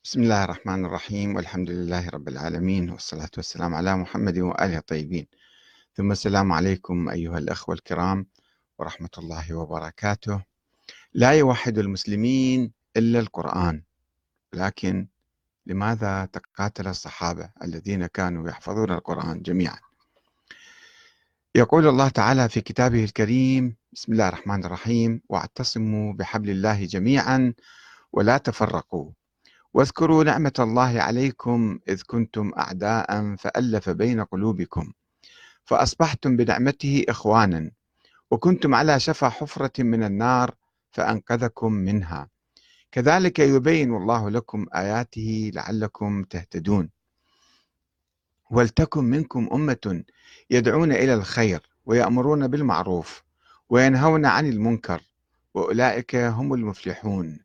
بسم الله الرحمن الرحيم، والحمد لله رب العالمين، والصلاة والسلام على محمد وآله الطيبين. ثم السلام عليكم أيها الأخوة الكرام ورحمة الله وبركاته. لا يوحد المسلمين إلا القرآن، لكن لماذا تقاتل الصحابة الذين كانوا يحفظون القرآن جميعا؟ يقول الله تعالى في كتابه الكريم: بسم الله الرحمن الرحيم: واعتصموا بحبل الله جميعا ولا تفرقوا، واذكروا نعمة الله عليكم إذ كنتم أعداء فألف بين قلوبكم فأصبحتم بنعمته إخوانا، وكنتم على شفا حفرة من النار فأنقذكم منها، كذلك يبين الله لكم آياته لعلكم تهتدون. ولتكن منكم أمة يدعون إلى الخير ويأمرون بالمعروف وينهون عن المنكر، وأولئك هم المفلحون.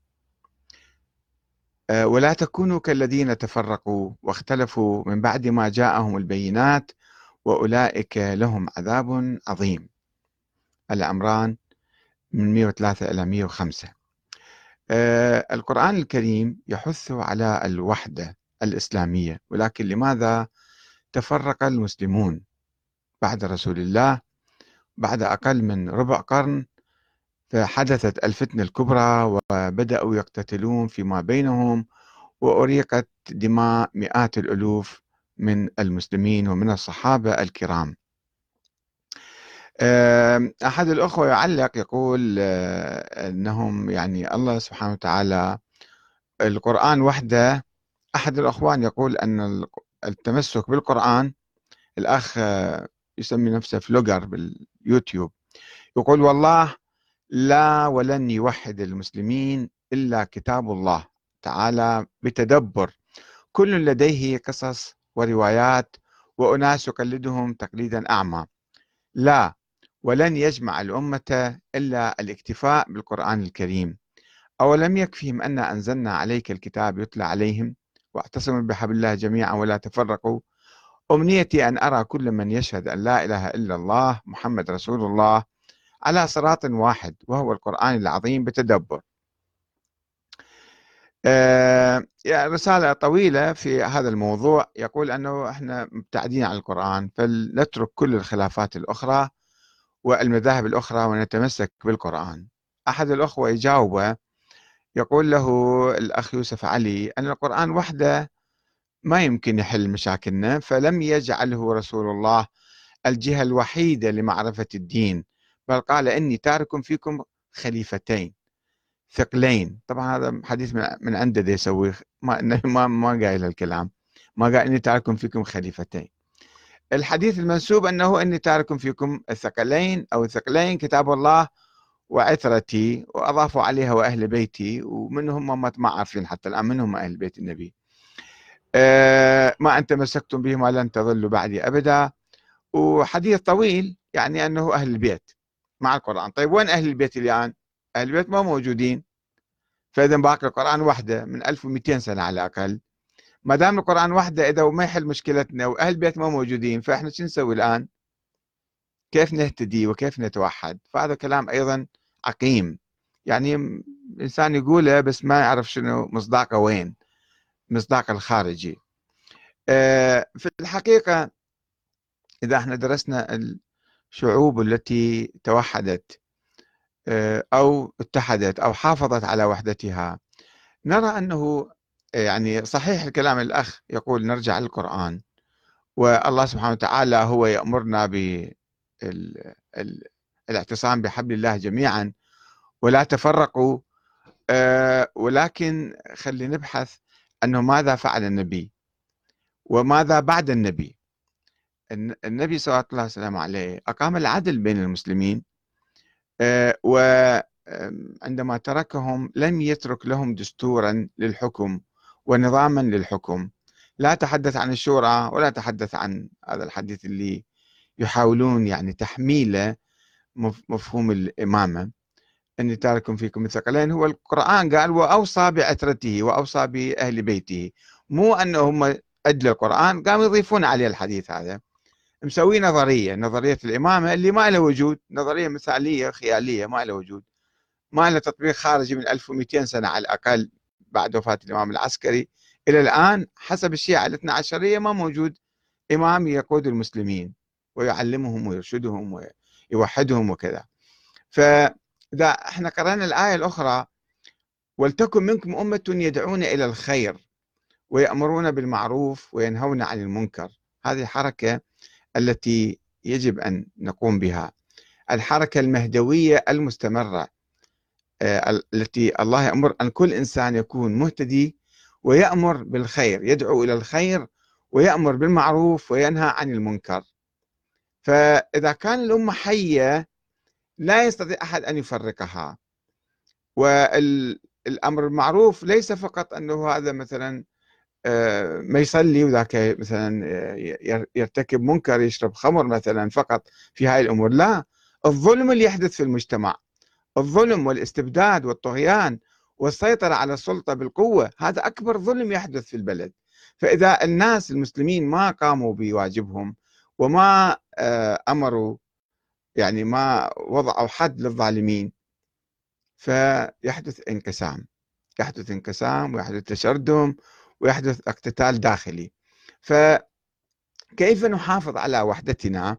ولا تكونوا كالذين تفرقوا واختلفوا من بعد ما جاءهم البينات، وأولئك لهم عذاب عظيم. العمران من 103 إلى 105. القرآن الكريم يحث على الوحدة الإسلامية، ولكن لماذا تفرق المسلمون بعد رسول الله؟ بعد أقل من ربع قرن فحدثت الفتنة الكبرى، وبدأوا يقتتلون فيما بينهم، وأريقت دماء مئات الألوف من المسلمين ومن الصحابة الكرام. أحد الأخوة يعلق يقول أنهم يعني الله سبحانه وتعالى القرآن وحده. أحد الأخوان يقول أن التمسك بالقرآن، الأخ يسمي نفسه فلوجر باليوتيوب، يقول: والله لا ولن يوحد المسلمين إلا كتاب الله تعالى بتدبر، كل لديه قصص وروايات وأناس يقلدهم تقليدا أعمى. لا، ولن يجمع الأمة إلا الاكتفاء بالقرآن الكريم. أولم يكفهم أن أنزلنا عليك الكتاب يتلى عليهم، واعتصموا بحبل الله جميعا ولا تفرقوا. أمنيتي أن أرى كل من يشهد أن لا إله إلا الله محمد رسول الله على صراط واحد وهو القرآن العظيم بتدبر. يعني رسالة طويلة في هذا الموضوع، يقول أنه إحنا مبتعدين عن القرآن، فلنترك كل الخلافات الأخرى والمذاهب الأخرى ونتمسك بالقرآن. أحد الأخوة يجاوبه، يقول له الأخ يوسف علي أن القرآن وحده ما يمكن يحل مشاكلنا، فلم يجعله رسول الله الجهة الوحيدة لمعرفة الدين، بل قال: إني تارك فيكم خليفتين ثقلين. طبعا هذا حديث من عنده دي يسوي، ما قايل الكلام، ما قال إني تارك فيكم خليفتين. الحديث المنسوب أنه إني تارك فيكم الثقلين أو الثقلين كتاب الله وعترتي، وأضافوا عليها وأهل بيتي، ومنهم ما عارفين حتى الآن منهم أهل بيت النبي. ما أن تمسكتم بهما لن تضلوا بعدي أبدا. وحديث طويل يعني أنه أهل البيت مع القرآن. طيب وين أهل البيت الآن؟ أهل البيت ما موجودين، فإذا باقي القرآن وحده من 1200 سنة على الأقل. ما دام القرآن وحده، إذا ما يحل مشكلتنا وأهل البيت ما موجودين، فإحنا شو نسوي الآن؟ كيف نهتدي وكيف نتوحد؟ فهذا كلام أيضا عقيم، يعني إنسان يقوله بس ما يعرف شنو مصداقه، وين مصداق الخارجي. في الحقيقة إذا احنا درسنا الشعوب التي توحدت أو اتحدت أو حافظت على وحدتها، نرى أنه يعني صحيح الكلام الأخ يقول نرجع للقرآن، والله سبحانه وتعالى هو يأمرنا بالاعتصام بحبل الله جميعا ولا تفرقوا. ولكن خلي نبحث أنه ماذا فعل النبي وماذا بعد النبي. النبي صلى الله عليه وسلم عليه أقام العدل بين المسلمين، وعندما تركهم لم يترك لهم دستورا للحكم ونظاما للحكم. لا تحدث عن الشورى ولا تحدث عن هذا الحديث اللي يحاولون يعني تحميله مفهوم الإمامة، أني تارك فيكم الثقلين. هو القرآن قال: وأوصى بعترته وأوصى بأهل بيته، مو أنهم أدلى القرآن قاموا يضيفون عليه الحديث هذا، مسوي نظرية الإمامة اللي ما له وجود، نظرية مثالية خيالية ما له وجود، ما له تطبيق خارجي من 1200 سنة على الأقل بعد وفاة الإمام العسكري إلى الآن حسب الشيعة الاثنى عشرية ما موجود إمام يقود المسلمين ويعلمهم ويرشدهم ويوحدهم وكذا. فإذا احنا قرأنا الآية الأخرى: ولتكن منكم أمة يدعون إلى الخير ويأمرون بالمعروف وينهون عن المنكر، هذه الحركة التي يجب أن نقوم بها، الحركة المهدوية المستمرة، التي الله يأمر أن كل إنسان يكون مهتدي ويأمر بالخير، يدعو إلى الخير ويأمر بالمعروف وينهى عن المنكر. فإذا كان الأمة حية لا يستطيع أحد أن يفرقها. والأمر المعروف ليس فقط أنه هذا مثلا ما يصلي وذاك مثلا يرتكب منكر، يشرب خمر مثلا فقط في هاي الأمور، لا، الظلم اللي يحدث في المجتمع، الظلم والاستبداد والطغيان والسيطرة على السلطة بالقوة، هذا أكبر ظلم يحدث في البلد. فإذا الناس المسلمين ما قاموا بواجبهم وما أمروا، يعني ما وضعوا حد للظالمين، فيحدث انقسام، يحدث انقسام ويحدث تشرذم ويحدث اقتتال داخلي. فكيف نحافظ على وحدتنا